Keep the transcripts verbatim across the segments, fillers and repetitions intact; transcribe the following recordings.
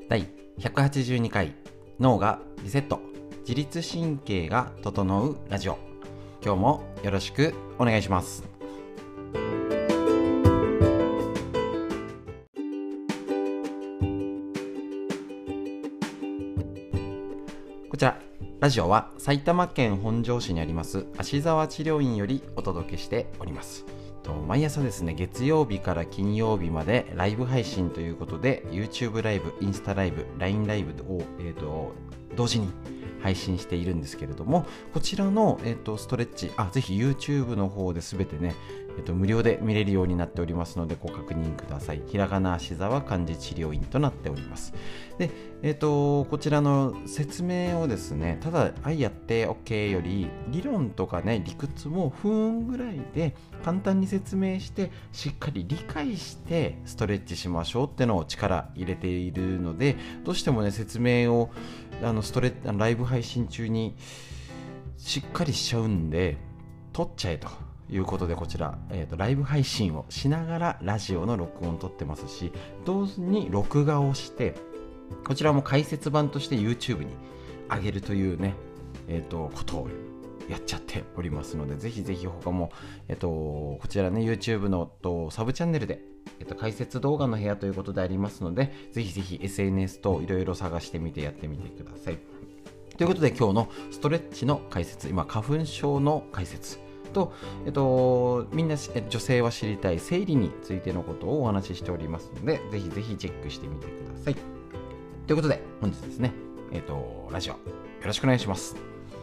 だいひゃくはちじゅうにかい脳がリセット、自律神経が整うラジオ。今日もよろしくお願いします。こちらラジオは埼玉県本庄市にあります芦沢治療院よりお届けしております。毎朝ですね、月曜日から金曜日までライブ配信ということで YouTube ライブ、インスタライブ、ライン ライブを、えー、と同時に配信しているんですけれども、こちらの、えー、とストレッチ、あぜひ YouTube の方で全てね、えー、と無料で見れるようになっておりますのでご確認ください。ひらがな芦沢漢字治療院となっております。で、えー、とこちらの説明をですね、ただはいやって OK より理論とかね、理屈も不運ぐらいで簡単に説明してしっかり理解してストレッチしましょうってのを力入れているので、どうしてもね説明をあのストレッチライブ配信中にしっかりしちゃうんで撮っちゃえということで、こちら、えーと、ライブ配信をしながらラジオの録音を撮ってますし、同時に録画をしてこちらも解説版として YouTube に上げるというね、えーと、ことをやっちゃっておりますので、ぜひぜひ他も、えっと、こちらね YouTube のとサブチャンネルで、えっと、解説動画の部屋ということでありますので、ぜひぜひ エスエヌエス といろいろ探してみてやってみてください。ということで今日のストレッチの解説、今花粉症の解説と、えっと、みんな女性は知りたい生理についてのことをお話ししておりますので、ぜひぜひチェックしてみてください。ということで本日ですね、えっと、ラジオよろしくお願いします。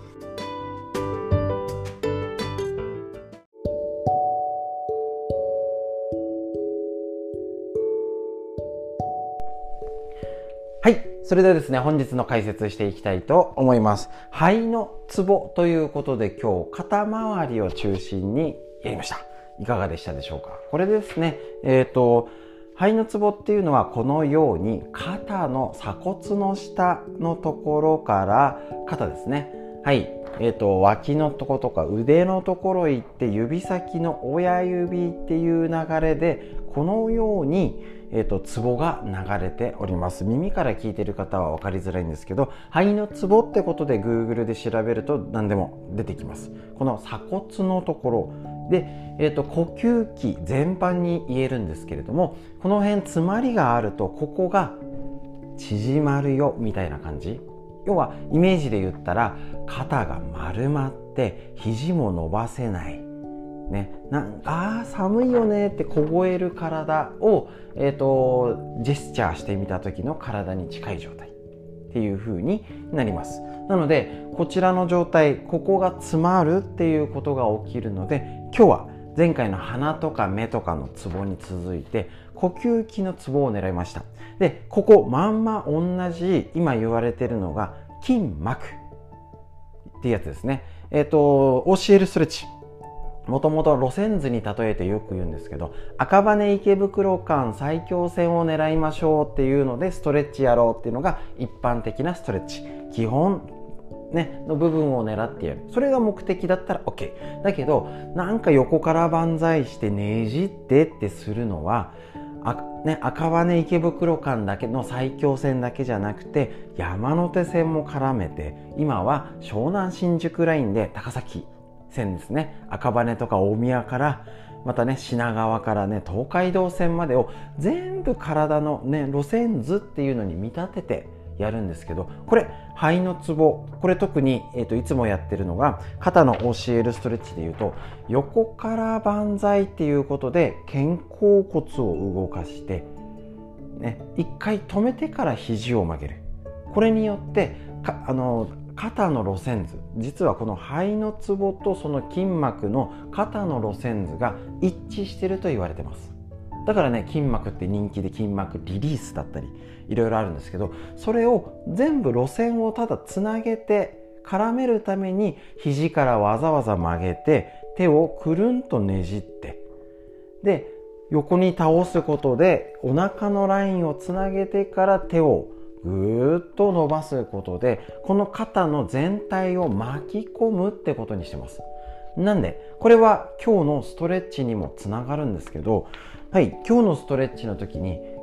はい、それではですね、本日の解説していきたいと思います。肺のツボということで、今日肩周りを中心にやりました。いかがでしたでしょうか。これですね、えっと肺のツボっていうのはこのように肩の鎖骨の下のところから肩ですね、はい、えーと脇のところとか腕のところへ行って指先の親指っていう流れでこのように、えーとツボが流れております。耳から聞いている方は分かりづらいんですけど、肺のツボってことで Google で調べると何でも出てきます。この鎖骨のところで、えーと呼吸器全般に言えるんですけれども、この辺詰まりがあるとここが縮まるよみたいな感じ。要はイメージで言ったら肩が丸まって肘も伸ばせないね、なんあー寒いよねって凍える体を、えーとジェスチャーしてみた時の体に近い状態っていう風になります。なのでこちらの状態、ここが詰まるっていうことが起きるので、今日は前回の鼻とか目とかのツボに続いて呼吸器のツボを狙いました。でここまんま同じ今言われているのが筋膜っていうやつですね。えっと オーシーエル ストレッチ、もともと路線図に例えてよく言うんですけど、赤羽池袋間埼京線を狙いましょうっていうのでストレッチやろうっていうのが一般的なストレッチ、基本ね、の部分を狙ってやる、それが目的だったら OK だけど、なんか横から万歳してねじってってするのはあ、ね、赤羽池袋間だけの埼京線だけじゃなくて山手線も絡めて、今は湘南新宿ラインで高崎線ですね、赤羽とか大宮からまたね品川からね東海道線までを全部体のね路線図っていうのに見立ててやるんですけど、これ肺のツボ、これ特に、えーと、いつもやってるのが肩の オーシーエル ストレッチでいうと横から万歳っていうことで肩甲骨を動かして、ね、一回止めてから肘を曲げる。これによってかあの肩の路線図、実はこの肺のツボとその筋膜の肩の路線図が一致していると言われてます。だからね筋膜って人気で筋膜リリースだったりいろいろあるんですけど、それを全部路線をただつなげて絡めるために肘からわざわざ曲げて手をくるんとねじって、で横に倒すことでお腹のラインをつなげてから手をぐーっと伸ばすことでこの肩の全体を巻き込むってことにしてます。なんでこれは今日のストレッチにもつながるんですけど、はい、今日のストレッチの時に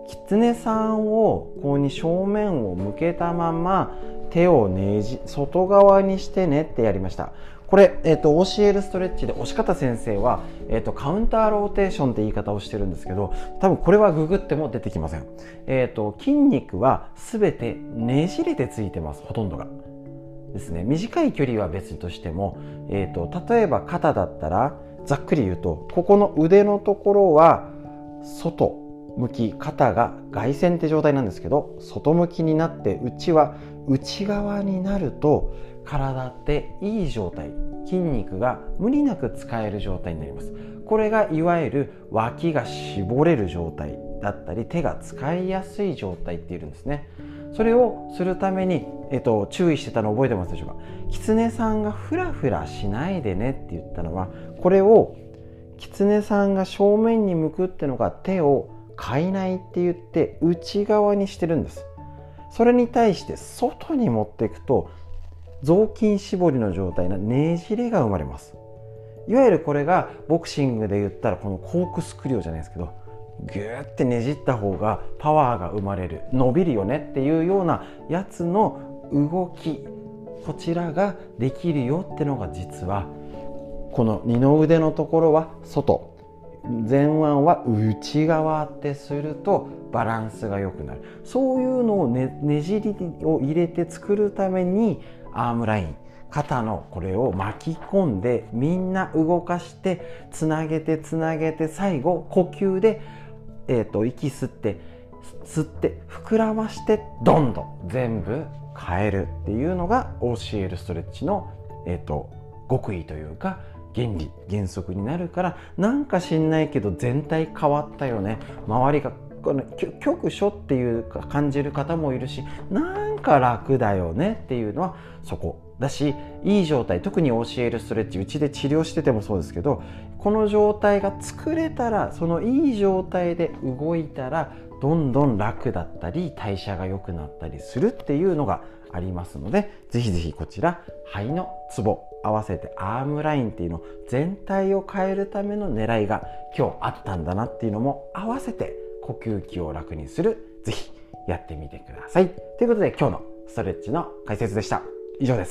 狐さんをこうに正面を向けたまま手をねじ外側にしてねってやりました。これ、えー、と教えるストレッチで押方先生は、えー、とカウンターローテーションって言い方をしてるんですけど、多分これはググっても出てきません。えー、と筋肉は全てねじれてついてます、ほとんどがですね。短い距離は別としても、えー、と例えば肩だったらざっくり言うと、ここの腕のところは外向き、肩が外旋って状態なんですけど、外向きになって内は内側になると体っていい状態、筋肉が無理なく使える状態になります。これがいわゆる脇が絞れる状態だったり、手が使いやすい状態っていうんですね。それをするために、えっと、注意してたの覚えてますでしょうか。狐さんがフラフラしないでねって言ったのは、これを狐さんが正面に向くってのが手をかいないって言って内側にしてるんです。それに対して外に持っていくと雑巾絞りの状態なねじれが生まれます。いわゆるこれがボクシングで言ったらこのコークスクリューじゃないですけど、ギューってねじった方がパワーが生まれる、伸びるよねっていうようなやつの動き、こちらができるよってのが、実はこの二の腕のところは外、前腕は内側ってするとバランスが良くなる。そういうのを ね, ねじりを入れて作るためにアームライン、肩のこれを巻き込んでみんな動かしてつなげてつなげて、最後呼吸で、えー、と息吸って吸って膨らましてどんどん全部変えるっていうのが教えるストレッチの、えー、と極意というか原理原則になるから、なんか知んないけど全体変わったよね、周りが局所っていうか感じる方もいるし、なんか楽だよねっていうのはそこだし、いい状態、特に教えるストレッチ、うちで治療しててもそうですけど、この状態が作れたら、そのいい状態で動いたらどんどん楽だったり代謝が良くなったりするっていうのがありますので、ぜひぜひこちら肺のツボ合わせてアームラインっていうの全体を変えるための狙いが今日あったんだなっていうのも合わせて、呼吸器を楽にする、ぜひやってみてください。ということで今日のストレッチの解説でした。以上です。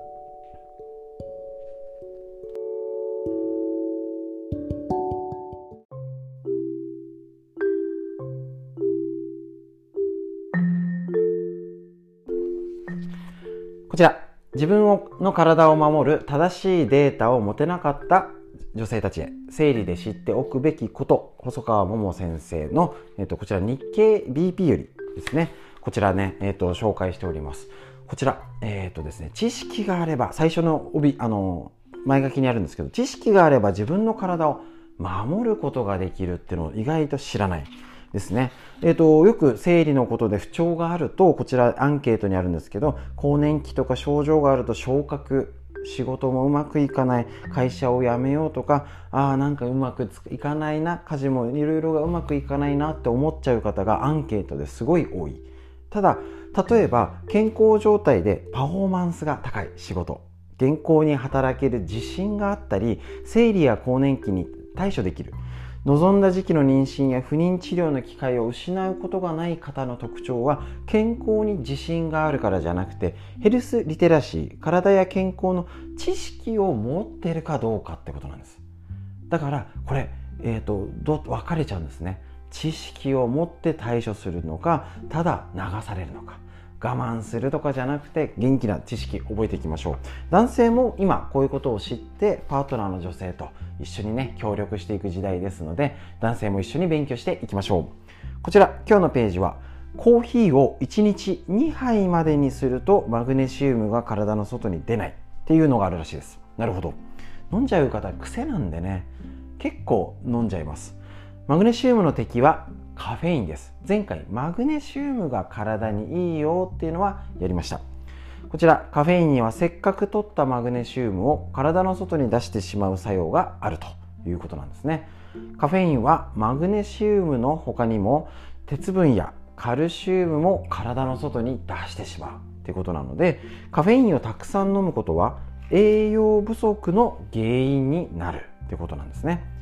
こちら、自分の体を守る正しいデータを持てなかった女性たちへ、生理で知っておくべきこと、細川桃先生の、えっと、こちら日経 ビーピー よりですね、こちらね、えっと、紹介しております。こちら、えっとですね、知識があれば、最初の帯、あの、前書きにあるんですけど、知識があれば自分の体を守ることができるっていうのを意外と知らないですね。えっと、よく生理のことで不調があると、こちらアンケートにあるんですけど、更年期とか症状があると昇格、仕事もうまくいかない、会社を辞めようとか、ああなんかうまくいかないな、家事もいろいろがうまくいかないなって思っちゃう方がアンケートですごい多い。ただ、例えば健康状態でパフォーマンスが高い仕事、健康に働ける自信があったり、生理や更年期に対処できる、望んだ時期の妊娠や不妊治療の機会を失うことがない方の特徴は、健康に自信があるからじゃなくて、ヘルスリテラシー、体や健康の知識を持っているかどうかってことなんです。だからこれ、えーと、ど分かれちゃうんですね。知識を持って対処するのか、ただ流されるのか、我慢するとかじゃなくて元気な知識覚えていきましょう。男性も今こういうことを知ってパートナーの女性と一緒にね協力していく時代ですので、男性も一緒に勉強していきましょう。こちら今日のページは、コーヒーをいちにちにはいまでにするとマグネシウムが体の外に出ないっていうのがあるらしいです。なるほど。飲んじゃう方癖なんでね、結構飲んじゃいます。マグネシウムの敵はカフェインです。前回マグネシウムが体にいいよっていうのはやりました。こちらカフェインにはせっかく取ったマグネシウムを体の外に出してしまう作用があるということなんですね。カフェインはマグネシウムの他にも鉄分やカルシウムも体の外に出してしまうっていうことなので、カフェインをたくさん飲むことは栄養不足の原因になるってことなんですね。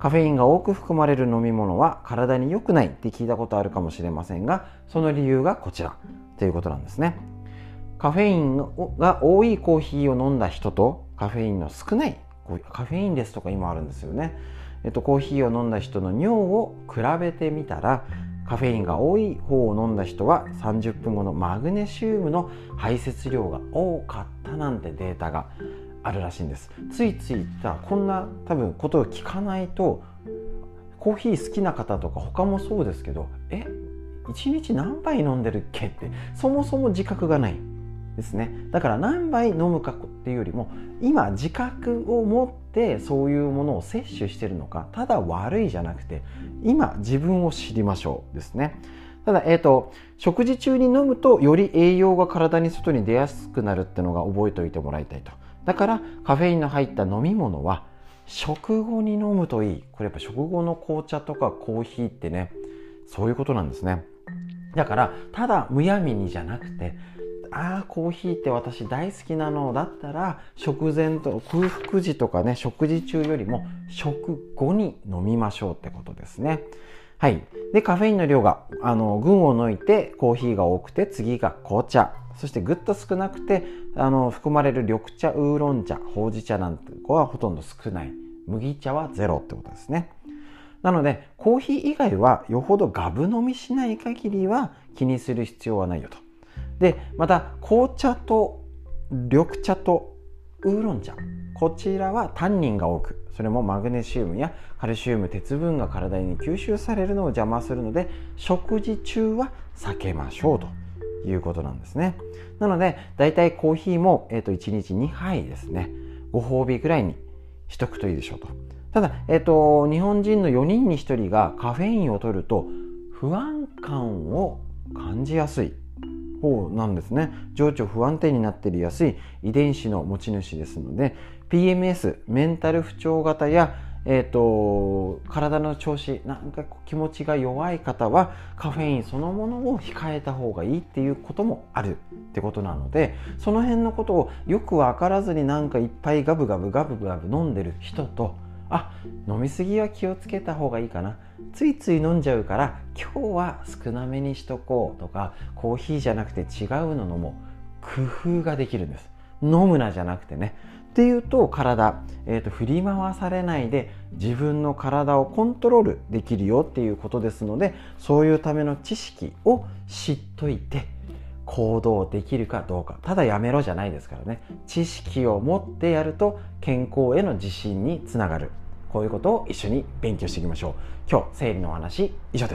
カフェインが多く含まれる飲み物は体に良くないって聞いたことあるかもしれませんが、その理由がこちらということなんですね。カフェインが多いコーヒーを飲んだ人とカフェインの少ない、カフェインレスとか今あるんですよね、えっと、コーヒーを飲んだ人の尿を比べてみたら、カフェインが多い方を飲んだ人はさんじゅっぷんごのマグネシウムの排泄量が多かったなんてデータがあるらしいんです。ついつい言ったこんな多分ことを聞かないと、コーヒー好きな方とか他もそうですけど、えいちにち何杯飲んでるっけってそもそも自覚がないですね。だから何杯飲むかっていうよりも、今自覚を持ってそういうものを摂取しているのか、ただ悪いじゃなくて今自分を知りましょうですね。ただ、えーと、食事中に飲むとより栄養が体に外に出やすくなるっていうのが覚えておいてもらいたいと。だからカフェインの入った飲み物は食後に飲むといい。これやっぱ食後の紅茶とかコーヒーってね、そういうことなんですね。だからただむやみにじゃなくて、ああコーヒーって私大好きなのだったら、食前と空腹時とかね、食事中よりも食後に飲みましょうってことですね。はい。で、カフェインの量があの群を抜いてコーヒーが多くて、次が紅茶、そしてぐっと少なくてあの含まれる緑茶、ウーロン茶、ほうじ茶なんて子はほとんど少ない。麦茶はゼロってことですね。なのでコーヒー以外はよほどガブ飲みしない限りは気にする必要はないよと。でまた紅茶と緑茶とウーロン茶、こちらはタンニンが多く、それもマグネシウムやカルシウム、鉄分が体に吸収されるのを邪魔するので、食事中は避けましょうということなんですね。なのでだいたいコーヒーも、えー、といちにちにはいですね、ご褒美ぐらいにしとくといいでしょうと。ただ、えー、と日本人のよにんにひとりがカフェインを取ると不安感を感じやすい方なんですね。情緒不安定になっているやすい遺伝子の持ち主ですので、 ピーエムエス メンタル不調型や、えー、と体の調子なんか気持ちが弱い方はカフェインそのものを控えた方がいいっていうこともあるってことなので、その辺のことをよく分からずになんかいっぱいガブガブガブガブ飲んでる人と、あ、飲みすぎは気をつけた方がいいかな、ついつい飲んじゃうから今日は少なめにしとこうとか、コーヒーじゃなくて違うの飲もう、工夫ができるんです。飲むなじゃなくてねっていうと、体、えーと、振り回されないで自分の体をコントロールできるよっていうことですので、そういうための知識を知っといて行動できるかどうか、ただやめろじゃないですからね。知識を持ってやると健康への自信につながる。こういうことを一緒に勉強していきましょう。今日生理のお話以上です。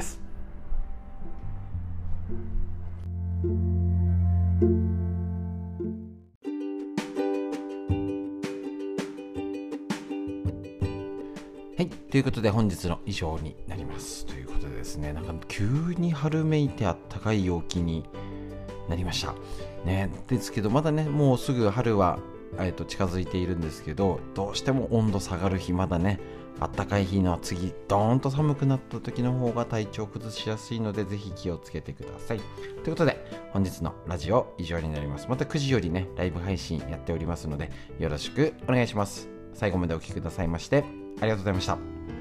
はい、ということで本日の以上になります。ということでですね、なんか急に春めいてあったかい陽気になりましたね。ですけどまだね、もうすぐ春はえーと近づいているんですけど、どうしても温度下がる日、まだねあったかい日の次ドーンと寒くなった時の方が体調崩しやすいので、ぜひ気をつけてください。ということで本日のラジオ以上になります。またくじよりねライブ配信やっておりますので、よろしくお願いします。最後までお聞きくださいましてありがとうございました。